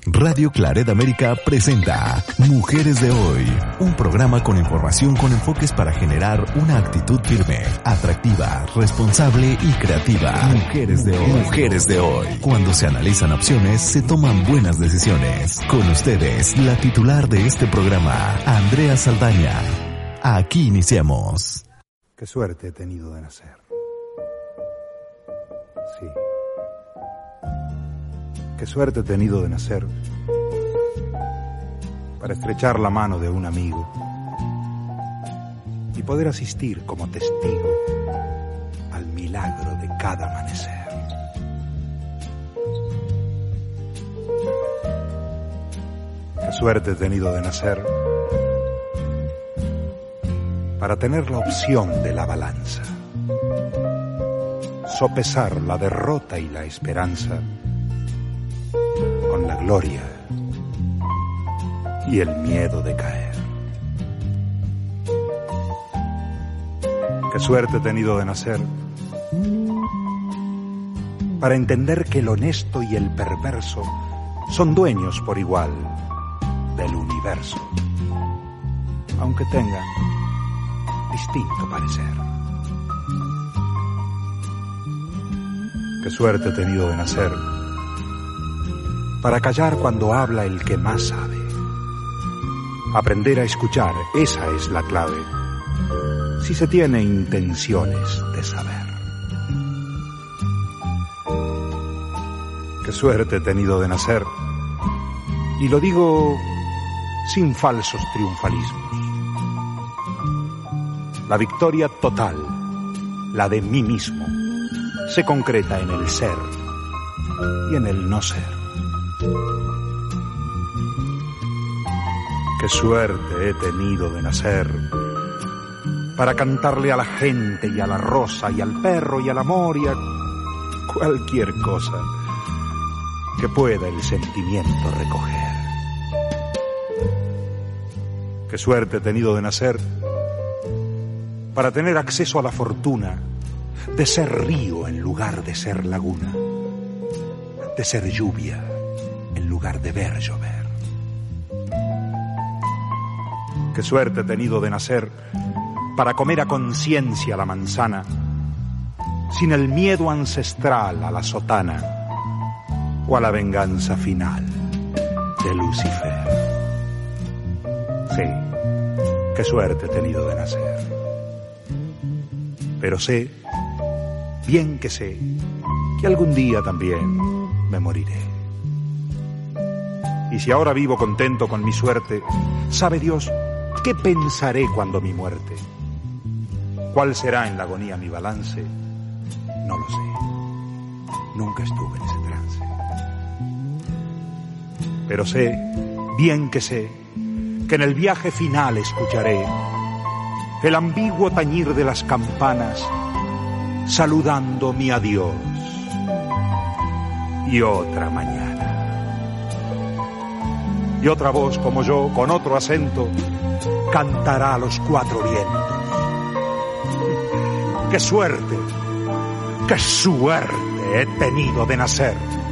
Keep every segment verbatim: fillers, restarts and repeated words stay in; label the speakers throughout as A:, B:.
A: Radio Claret América presenta Mujeres de Hoy, un programa con información con enfoques para generar una actitud firme, atractiva, responsable y creativa. Mujeres de Hoy. Mujeres de Hoy. Cuando se analizan opciones, se toman buenas decisiones. Con ustedes, la titular de este programa, Andrea Saldaña. Aquí iniciamos.
B: Qué suerte he tenido de nacer. Sí. Qué suerte he tenido de nacer para estrechar la mano de un amigo y poder asistir como testigo al milagro de cada amanecer. Qué suerte he tenido de nacer para tener la opción de la balanza, sopesar la derrota y la esperanza con la gloria y el miedo de caer. Qué suerte he tenido de nacer para entender que el honesto y el perverso son dueños por igual del universo, aunque tengan distinto parecer. Qué suerte he tenido de nacer para callar cuando habla el que más sabe. Aprender a escuchar, esa es la clave, si se tiene intenciones de saber. Qué suerte he tenido de nacer, y lo digo sin falsos triunfalismos. La victoria total, la de mí mismo, se concreta en el ser y en el no ser. Qué suerte he tenido de nacer para cantarle a la gente y a la rosa y al perro y al amor y a cualquier cosa que pueda el sentimiento recoger. Qué suerte he tenido de nacer para tener acceso a la fortuna de ser río en lugar de ser laguna, de ser lluvia en lugar de ver llover. Qué suerte he tenido de nacer para comer a conciencia la manzana, sin el miedo ancestral a la sotana o a la venganza final de Lucifer. Sí, qué suerte he tenido de nacer. Pero sé, bien que sé, que algún día también me moriré. Y si ahora vivo contento con mi suerte, sabe Dios qué pensaré cuando mi muerte. ¿Cuál será en la agonía mi balance? No lo sé. Nunca estuve en ese trance. Pero sé, bien que sé, que en el viaje final escucharé el ambiguo tañir de las campanas saludando mi adiós y otra mañana. Y otra voz como yo, con otro acento, cantará a los cuatro vientos. ¡Qué suerte, qué suerte he tenido de nacer!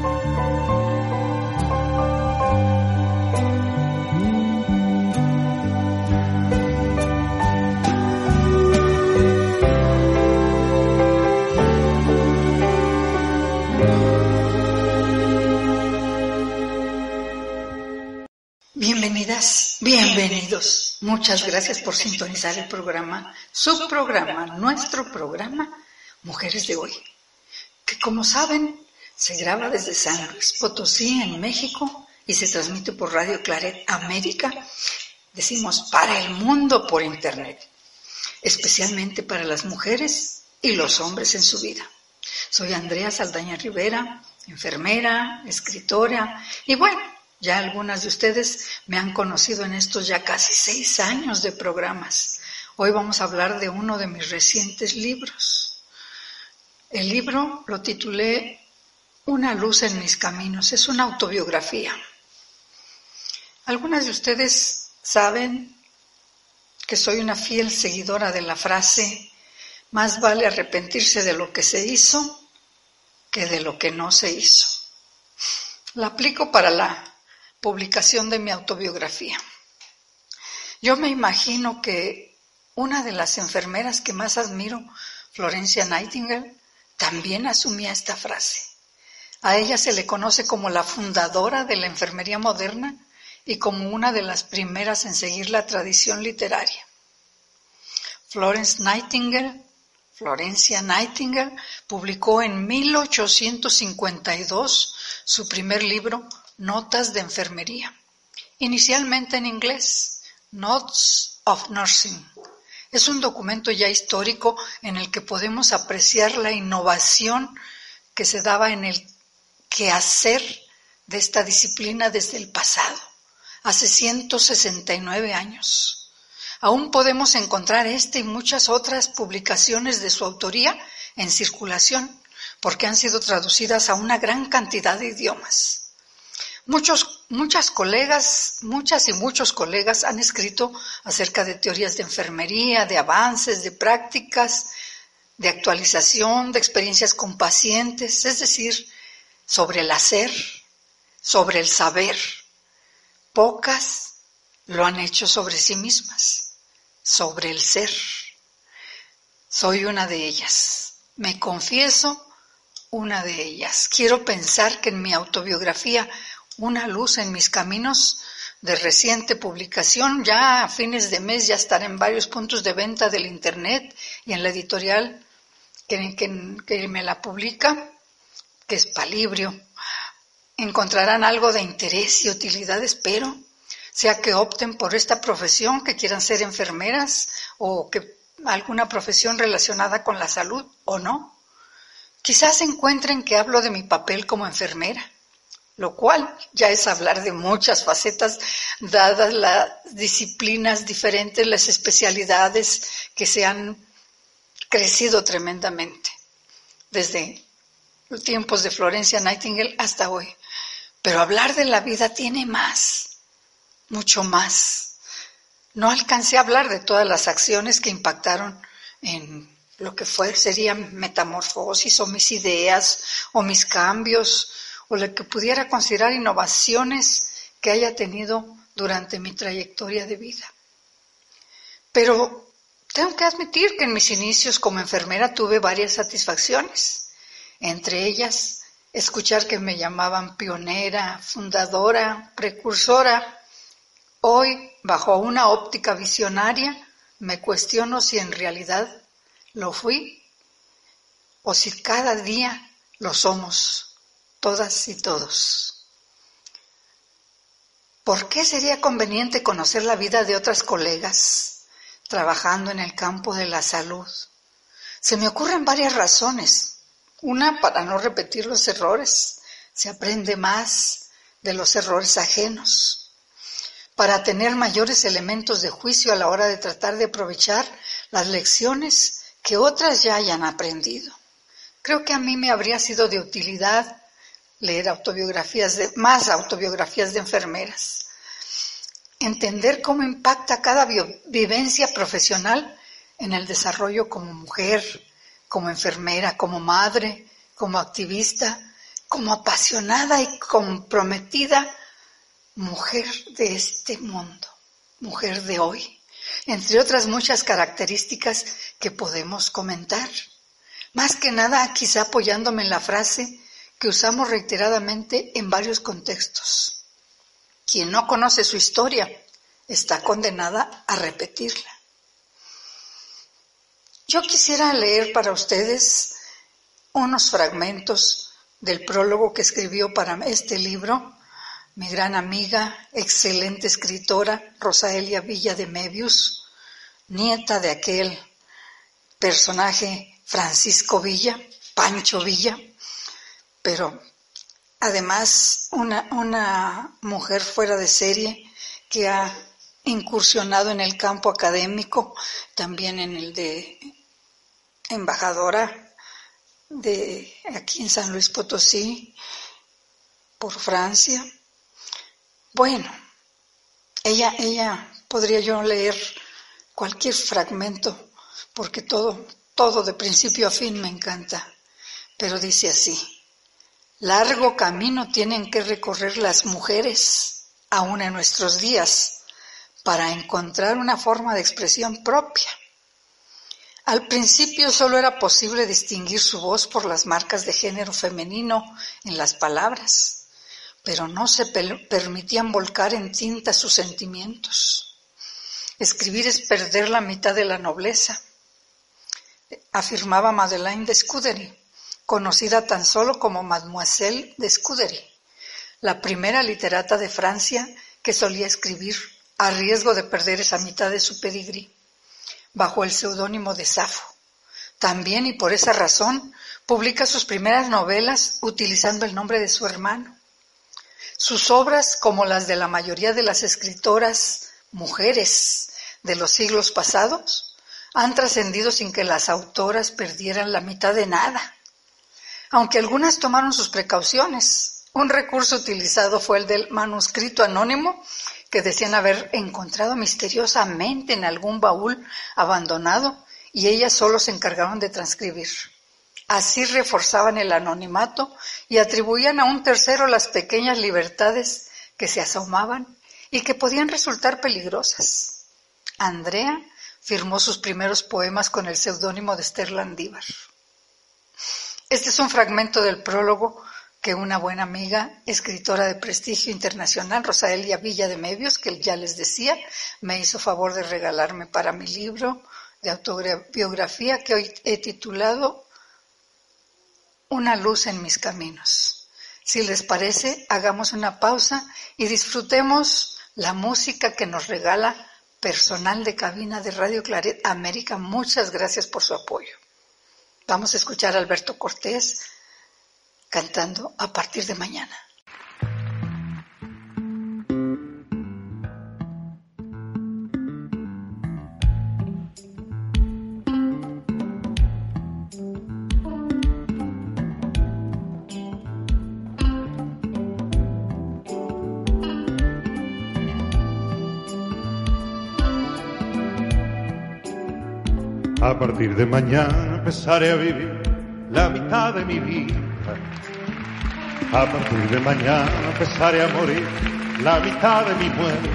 C: Bienvenidas, bienvenidos. Muchas gracias por sintonizar el programa, su programa, nuestro programa, Mujeres de Hoy, que como saben, se graba desde San Luis Potosí, en México, y se transmite por Radio Claret América, decimos para el mundo por internet, especialmente para las mujeres y los hombres en su vida. Soy Andrea Saldaña Rivera, enfermera, escritora, y bueno, ya algunas de ustedes me han conocido en estos ya casi seis años de programas. Hoy vamos a hablar de uno de mis recientes libros. El libro lo titulé Una luz en mis caminos. Es una autobiografía. Algunas de ustedes saben que soy una fiel seguidora de la frase: más vale arrepentirse de lo que se hizo que de lo que no se hizo. La aplico para la publicación de mi autobiografía. Yo me imagino que una de las enfermeras que más admiro, Florencia Nightingale, también asumía esta frase. A ella se le conoce como la fundadora de la enfermería moderna y como una de las primeras en seguir la tradición literaria. Florence Nightingale, Florencia Nightingale, publicó en mil ochocientos cincuenta y dos su primer libro, Notas de Enfermería, inicialmente en inglés, Notes of Nursing. Es un documento ya histórico en el que podemos apreciar la innovación que se daba en el quehacer de esta disciplina desde el pasado, hace ciento sesenta y nueve años. Aún podemos encontrar esta y muchas otras publicaciones de su autoría en circulación, porque han sido traducidas a una gran cantidad de idiomas. Muchos, muchas colegas, muchas y muchos colegas han escrito acerca de teorías de enfermería, de avances, de prácticas, de actualización, de experiencias con pacientes, es decir, sobre el hacer, sobre el saber. Pocas lo han hecho sobre sí mismas, sobre el ser. Soy una de ellas. Me confieso una de ellas. Quiero pensar que en mi autobiografía, Una luz en mis caminos, de reciente publicación, ya a fines de mes ya estará en varios puntos de venta del internet y en la editorial que, que, que me la publica, que es Palibrio. Encontrarán algo de interés y utilidad, espero, sea que opten por esta profesión, que quieran ser enfermeras o que alguna profesión relacionada con la salud o no. Quizás encuentren que hablo de mi papel como enfermera, lo cual ya es hablar de muchas facetas, dadas las disciplinas diferentes, las especialidades que se han crecido tremendamente, desde los tiempos de Florencia Nightingale hasta hoy. Pero hablar de la vida tiene más, mucho más. No alcancé a hablar de todas las acciones que impactaron en lo que fue, sería metamorfosis, o mis ideas, o mis cambios, o lo que pudiera considerar innovaciones que haya tenido durante mi trayectoria de vida. Pero tengo que admitir que en mis inicios como enfermera tuve varias satisfacciones, entre ellas escuchar que me llamaban pionera, fundadora, precursora. Hoy, bajo una óptica visionaria, me cuestiono si en realidad lo fui o si cada día lo somos. Todas y todos. ¿Por qué sería conveniente conocer la vida de otras colegas trabajando en el campo de la salud? Se me ocurren varias razones. Una, para no repetir los errores. Se aprende más de los errores ajenos. Para tener mayores elementos de juicio a la hora de tratar de aprovechar las lecciones que otras ya hayan aprendido. Creo que a mí me habría sido de utilidad leer autobiografías de, más autobiografías de enfermeras, entender cómo impacta cada bio, vivencia profesional en el desarrollo como mujer, como enfermera, como madre, como activista, como apasionada y comprometida mujer de este mundo, mujer de hoy, entre otras muchas características que podemos comentar. Más que nada, quizá apoyándome en la frase que usamos reiteradamente en varios contextos. Quien no conoce su historia está condenada a repetirla. Yo quisiera leer para ustedes unos fragmentos del prólogo que escribió para este libro mi gran amiga, excelente escritora, Rosaelia Villa de Mebius, nieta de aquel personaje Francisco Villa, Pancho Villa, pero además una, una mujer fuera de serie que ha incursionado en el campo académico, también en el de embajadora de aquí en San Luis Potosí, por Francia. Bueno, ella, ella podría yo leer cualquier fragmento, porque todo, todo de principio a fin me encanta, pero dice así: largo camino tienen que recorrer las mujeres aún en nuestros días, para encontrar una forma de expresión propia. Al principio solo era posible distinguir su voz por las marcas de género femenino en las palabras, pero no se permitían volcar en tinta sus sentimientos. Escribir es perder la mitad de la nobleza, afirmaba Madeleine de Scudéry, conocida tan solo como Mademoiselle de Scudéry, la primera literata de Francia que solía escribir a riesgo de perder esa mitad de su pedigrí, bajo el seudónimo de Safo. También, y por esa razón, publica sus primeras novelas utilizando el nombre de su hermano. Sus obras, como las de la mayoría de las escritoras mujeres de los siglos pasados, han trascendido sin que las autoras perdieran la mitad de nada, aunque algunas tomaron sus precauciones. Un recurso utilizado fue el del manuscrito anónimo que decían haber encontrado misteriosamente en algún baúl abandonado y ellas solo se encargaron de transcribir. Así reforzaban el anonimato y atribuían a un tercero las pequeñas libertades que se asomaban y que podían resultar peligrosas. Andrea firmó sus primeros poemas con el seudónimo de Esther Landívar. Este es un fragmento del prólogo que una buena amiga, escritora de prestigio internacional, Rosaelia Villa de Mevios, que ya les decía, me hizo favor de regalarme para mi libro de autobiografía que hoy he titulado Una luz en mis caminos. Si les parece, hagamos una pausa y disfrutemos la música que nos regala personal de cabina de Radio Claret América. Muchas gracias por su apoyo. Vamos a escuchar a Alberto Cortés cantando A partir de mañana.
B: A partir de mañana empezaré a vivir la mitad de mi vida. A partir de mañana empezaré a morir la mitad de mi muerte.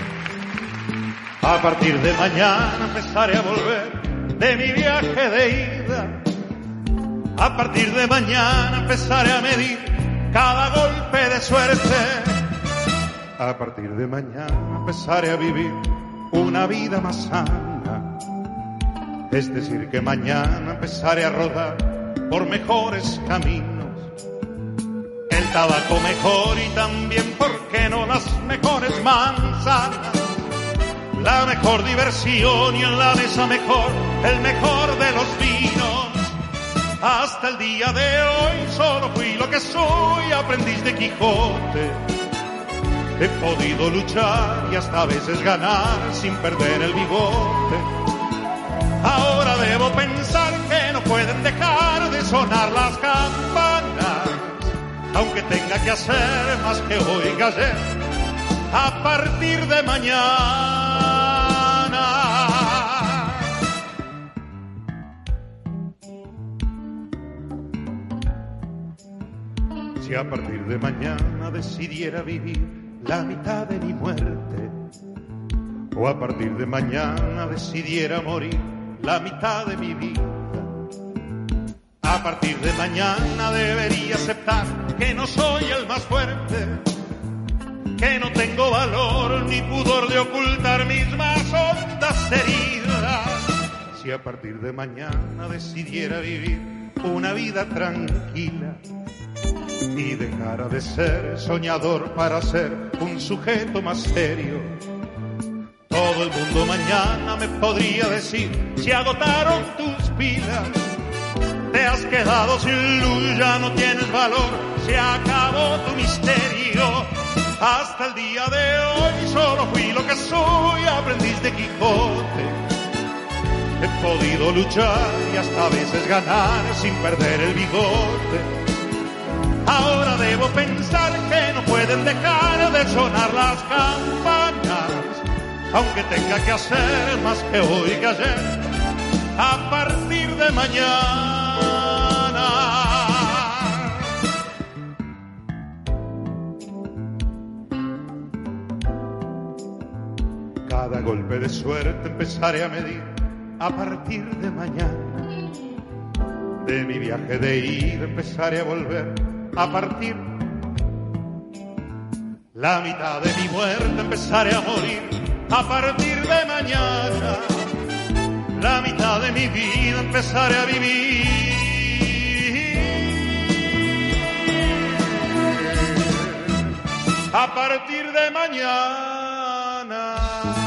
B: A partir de mañana empezaré a volver de mi viaje de ida. A partir de mañana empezaré a medir cada golpe de suerte. A partir de mañana empezaré a vivir una vida más sana. Es decir, que mañana empezaré a rodar por mejores caminos. El tabaco mejor y también, ¿por qué no?, las mejores manzanas. La mejor diversión y en la mesa mejor, el mejor de los vinos. Hasta el día de hoy solo fui lo que soy, aprendiz de Quijote. He podido luchar y hasta a veces ganar sin perder el bigote. Ahora debo pensar que no pueden dejar de sonar las campanas, aunque tenga que hacer más que hoy que ayer, a partir de mañana. Si a partir de mañana decidiera vivir la mitad de mi muerte, o a partir de mañana decidiera morir la mitad de mi vida, a partir de mañana debería aceptar que no soy el más fuerte, que no tengo valor ni pudor de ocultar mis más hondas heridas. Si a partir de mañana decidiera vivir una vida tranquila y dejara de ser soñador para ser un sujeto más serio, todo el mundo mañana me podría decir: se agotaron tus pilas, te has quedado sin luz, ya no tienes valor, se acabó tu misterio. Hasta el día de hoy solo fui lo que soy, aprendiz de Quijote. He podido luchar y hasta a veces ganar sin perder el bigote. Ahora debo pensar que no pueden dejar de sonar las campanas, aunque tenga que hacer más que hoy que ayer, a partir de mañana. Cada golpe de suerte empezaré a medir a partir de mañana. De mi viaje de ida empezaré a volver a partir. La mitad de mi muerte empezaré a morir a partir de mañana. La mitad de mi vida empezaré a vivir a partir de mañana.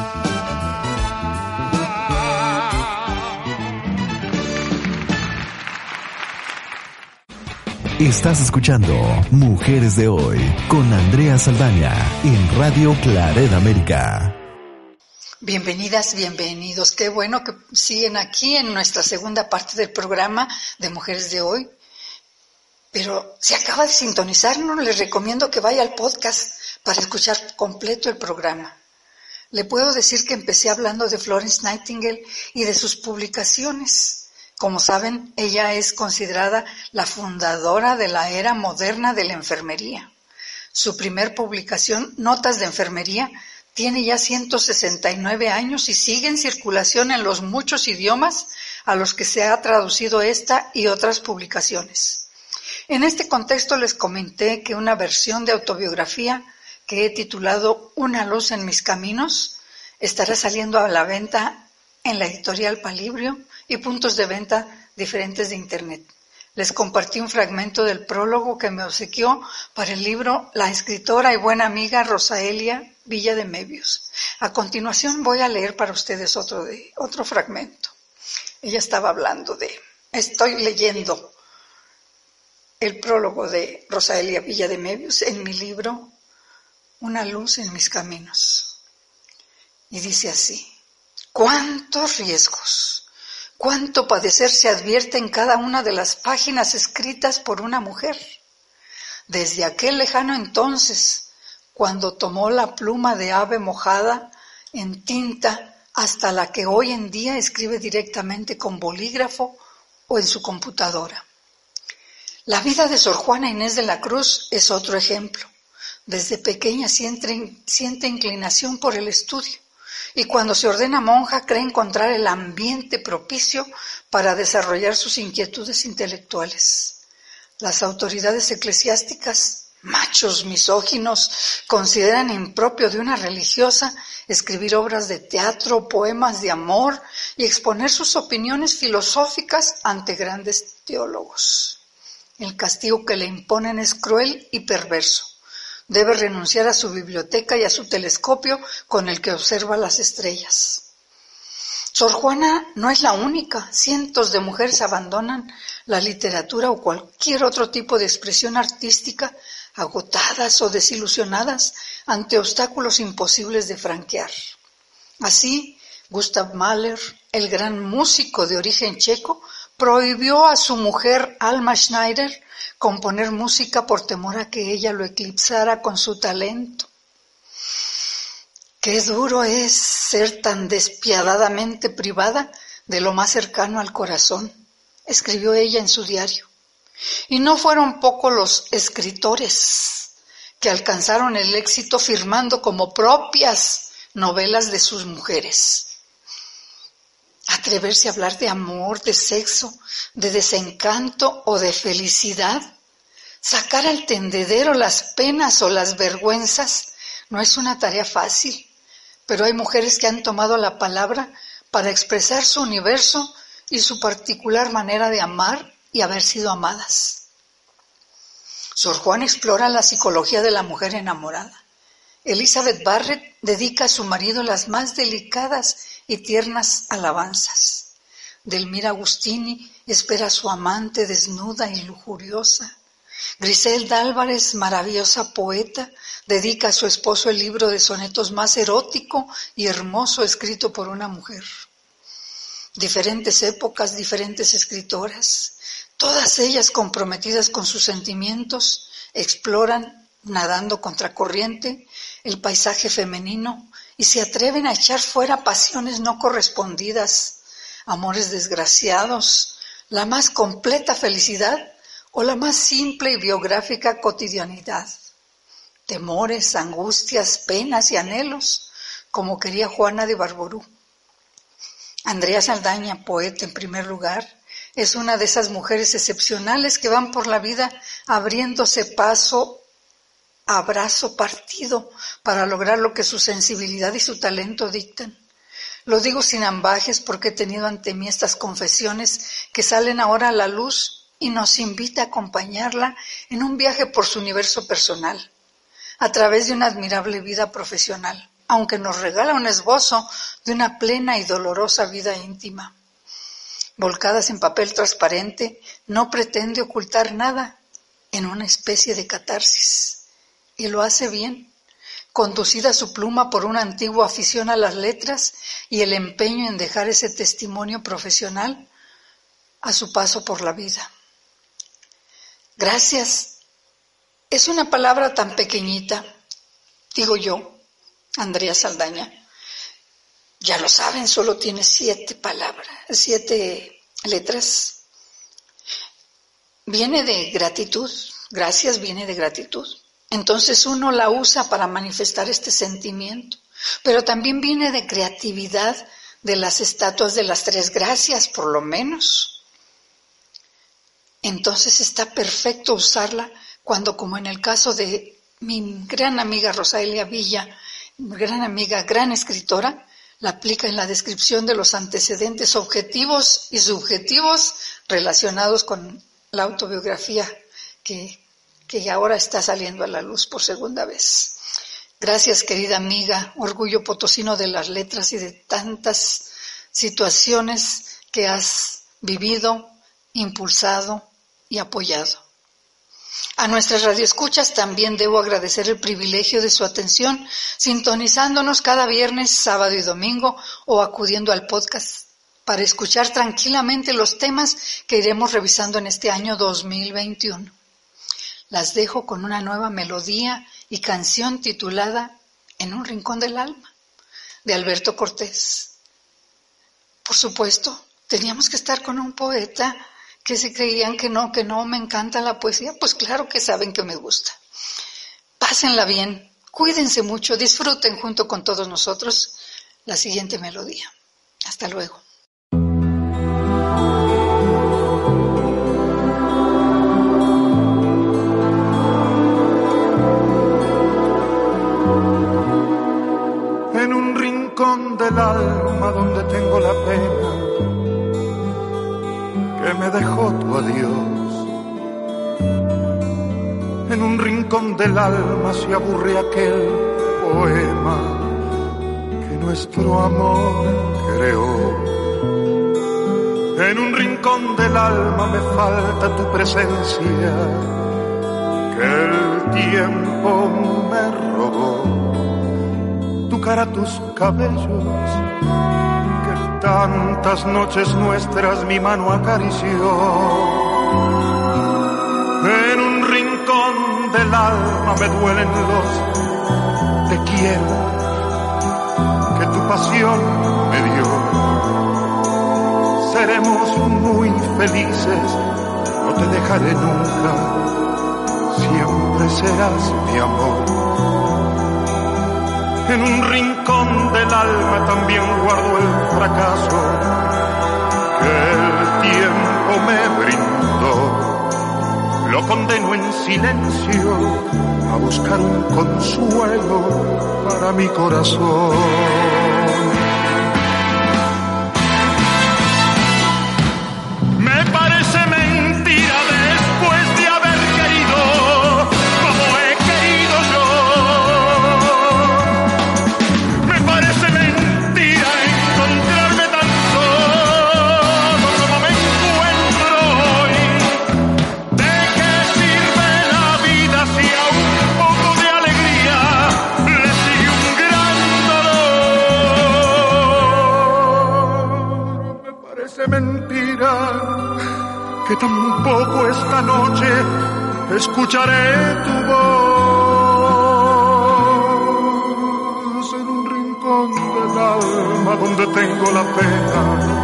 A: Estás escuchando Mujeres de Hoy con Andrea Saldaña en Radio Claret América.
C: Bienvenidas, bienvenidos. Qué bueno que siguen aquí en nuestra segunda parte del programa de Mujeres de Hoy. Pero si acaba de sintonizarnos, les recomiendo que vaya al podcast para escuchar completo el programa. Le puedo decir que empecé hablando de Florence Nightingale y de sus publicaciones. Como saben, ella es considerada la fundadora de la era moderna de la enfermería. Su primer publicación, Notas de Enfermería, tiene ya ciento sesenta y nueve años y sigue en circulación en los muchos idiomas a los que se ha traducido esta y otras publicaciones. En este contexto les comenté que una versión de autobiografía que he titulado Una luz en mis caminos estará saliendo a la venta en la editorial Palibrio y puntos de venta diferentes de Internet. Les compartí un fragmento del prólogo que me obsequió para el libro la escritora y buena amiga Rosaelia Villa de Mevius. A continuación voy a leer para ustedes otro, de, otro fragmento. Ella estaba hablando de, estoy leyendo el prólogo de Rosaelia Villa de Mevius en mi libro Una luz en mis caminos. Y dice así: ¿cuántos riesgos, cuánto padecer se advierte en cada una de las páginas escritas por una mujer? Desde aquel lejano entonces, cuando tomó la pluma de ave mojada en tinta, hasta la que hoy en día escribe directamente con bolígrafo o en su computadora. La vida de Sor Juana Inés de la Cruz es otro ejemplo. Desde pequeña siente, siente inclinación por el estudio y cuando se ordena monja cree encontrar el ambiente propicio para desarrollar sus inquietudes intelectuales. Las autoridades eclesiásticas, machos misóginos, consideran impropio de una religiosa escribir obras de teatro, poemas de amor y exponer sus opiniones filosóficas ante grandes teólogos. El castigo que le imponen es cruel y perverso. Debe renunciar a su biblioteca y a su telescopio con el que observa las estrellas. Sor Juana no es la única. Cientos de mujeres abandonan la literatura o cualquier otro tipo de expresión artística agotadas o desilusionadas ante obstáculos imposibles de franquear. Así, Gustav Mahler, el gran músico de origen checo, prohibió a su mujer Alma Schneider componer música por temor a que ella lo eclipsara con su talento. Qué duro es ser tan despiadadamente privada de lo más cercano al corazón, escribió ella en su diario. Y no fueron pocos los escritores que alcanzaron el éxito firmando como propias novelas de sus mujeres. Atreverse a hablar de amor, de sexo, de desencanto o de felicidad, sacar al tendedero las penas o las vergüenzas, no es una tarea fácil, pero hay mujeres que han tomado la palabra para expresar su universo y su particular manera de amar y haber sido amadas. Sor Juana explora la psicología de la mujer enamorada. Elizabeth Barrett dedica a su marido las más delicadas y tiernas alabanzas. Delmira Agustini espera a su amante desnuda y lujuriosa. Griselda Álvarez, maravillosa poeta, dedica a su esposo el libro de sonetos más erótico y hermoso escrito por una mujer. Diferentes épocas, diferentes escritoras, todas ellas comprometidas con sus sentimientos, exploran, nadando contracorriente, el paisaje femenino y se atreven a echar fuera pasiones no correspondidas, amores desgraciados, la más completa felicidad o la más simple y biográfica cotidianidad. Temores, angustias, penas y anhelos, como quería Juana de Barború. Andrea Saldaña, poeta en primer lugar, es una de esas mujeres excepcionales que van por la vida abriéndose paso a brazo partido para lograr lo que su sensibilidad y su talento dictan. Lo digo sin ambajes porque he tenido ante mí estas confesiones que salen ahora a la luz y nos invita a acompañarla en un viaje por su universo personal, a través de una admirable vida profesional, aunque nos regala un esbozo de una plena y dolorosa vida íntima. Volcadas en papel transparente, no pretende ocultar nada en una especie de catarsis, y lo hace bien. Conducida su pluma por una antigua afición a las letras y el empeño en dejar ese testimonio profesional a su paso por la vida. Gracias. Es una palabra tan pequeñita, digo yo, Andrea Saldaña. Ya lo saben, solo tiene siete palabras, siete letras. Viene de gratitud, gracias viene de gratitud. Entonces uno la usa para manifestar este sentimiento, pero también viene de creatividad de las estatuas de las tres gracias, por lo menos. Entonces está perfecto usarla cuando, como en el caso de mi gran amiga Rosalia Villa, gran amiga, gran escritora, la aplica en la descripción de los antecedentes objetivos y subjetivos relacionados con la autobiografía que que ahora está saliendo a la luz por segunda vez. Gracias, querida amiga, orgullo potosino de las letras y de tantas situaciones que has vivido, impulsado y apoyado. A nuestras radioescuchas también debo agradecer el privilegio de su atención, sintonizándonos cada viernes, sábado y domingo o acudiendo al podcast para escuchar tranquilamente los temas que iremos revisando en este año dos mil veintiuno. Las dejo con una nueva melodía y canción titulada En un rincón del alma, de Alberto Cortés. Por supuesto, teníamos que estar con un poeta que se creían que no, que no me encanta la poesía. Pues claro que saben que me gusta. Pásenla bien, cuídense mucho, disfruten junto con todos nosotros la siguiente melodía. Hasta luego.
B: Del alma donde tengo la pena que me dejó tu adiós. En un rincón del alma se aburre aquel poema que nuestro amor creó. En un rincón del alma me falta tu presencia que el tiempo me robó. Tu cara, tus cabellos, que tantas noches nuestras mi mano acarició. En un rincón del alma me duelen los te quiero que tu pasión me dio. Seremos muy felices, no te dejaré nunca, siempre serás mi amor. En un rincón del alma también guardo el fracaso que el tiempo me brindó. Lo condeno en silencio a buscar un consuelo para mi corazón. Me parece mentira después de haber querido como he querido yo. Me parece mentira encontrarme tan solo como me encuentro hoy. ¿De qué sirve la vida si a un poco de alegría le sigue un gran dolor? Me parece mentira que tampoco esta noche escucharé tu voz en un rincón del alma donde tengo la pena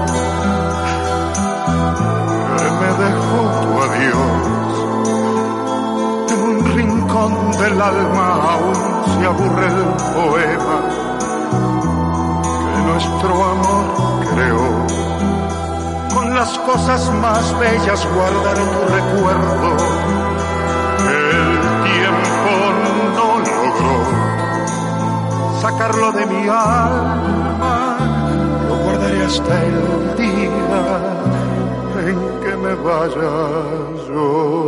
B: que me dejó tu adiós. En un rincón del alma aún se aburre el poema cosas más bellas guardaré tu recuerdo. El tiempo no logró sacarlo de mi alma, lo guardaré hasta el día en que me vaya yo.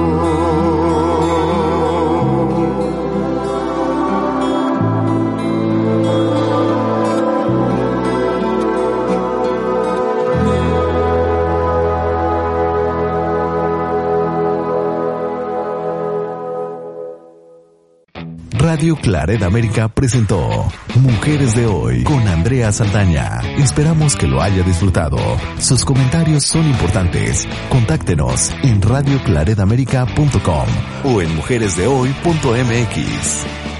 A: Radio Claret América presentó Mujeres de Hoy con Andrea Saldaña. Esperamos que lo haya disfrutado. Sus comentarios son importantes. Contáctenos en radio claret america punto com o en mujeres de hoy punto m x.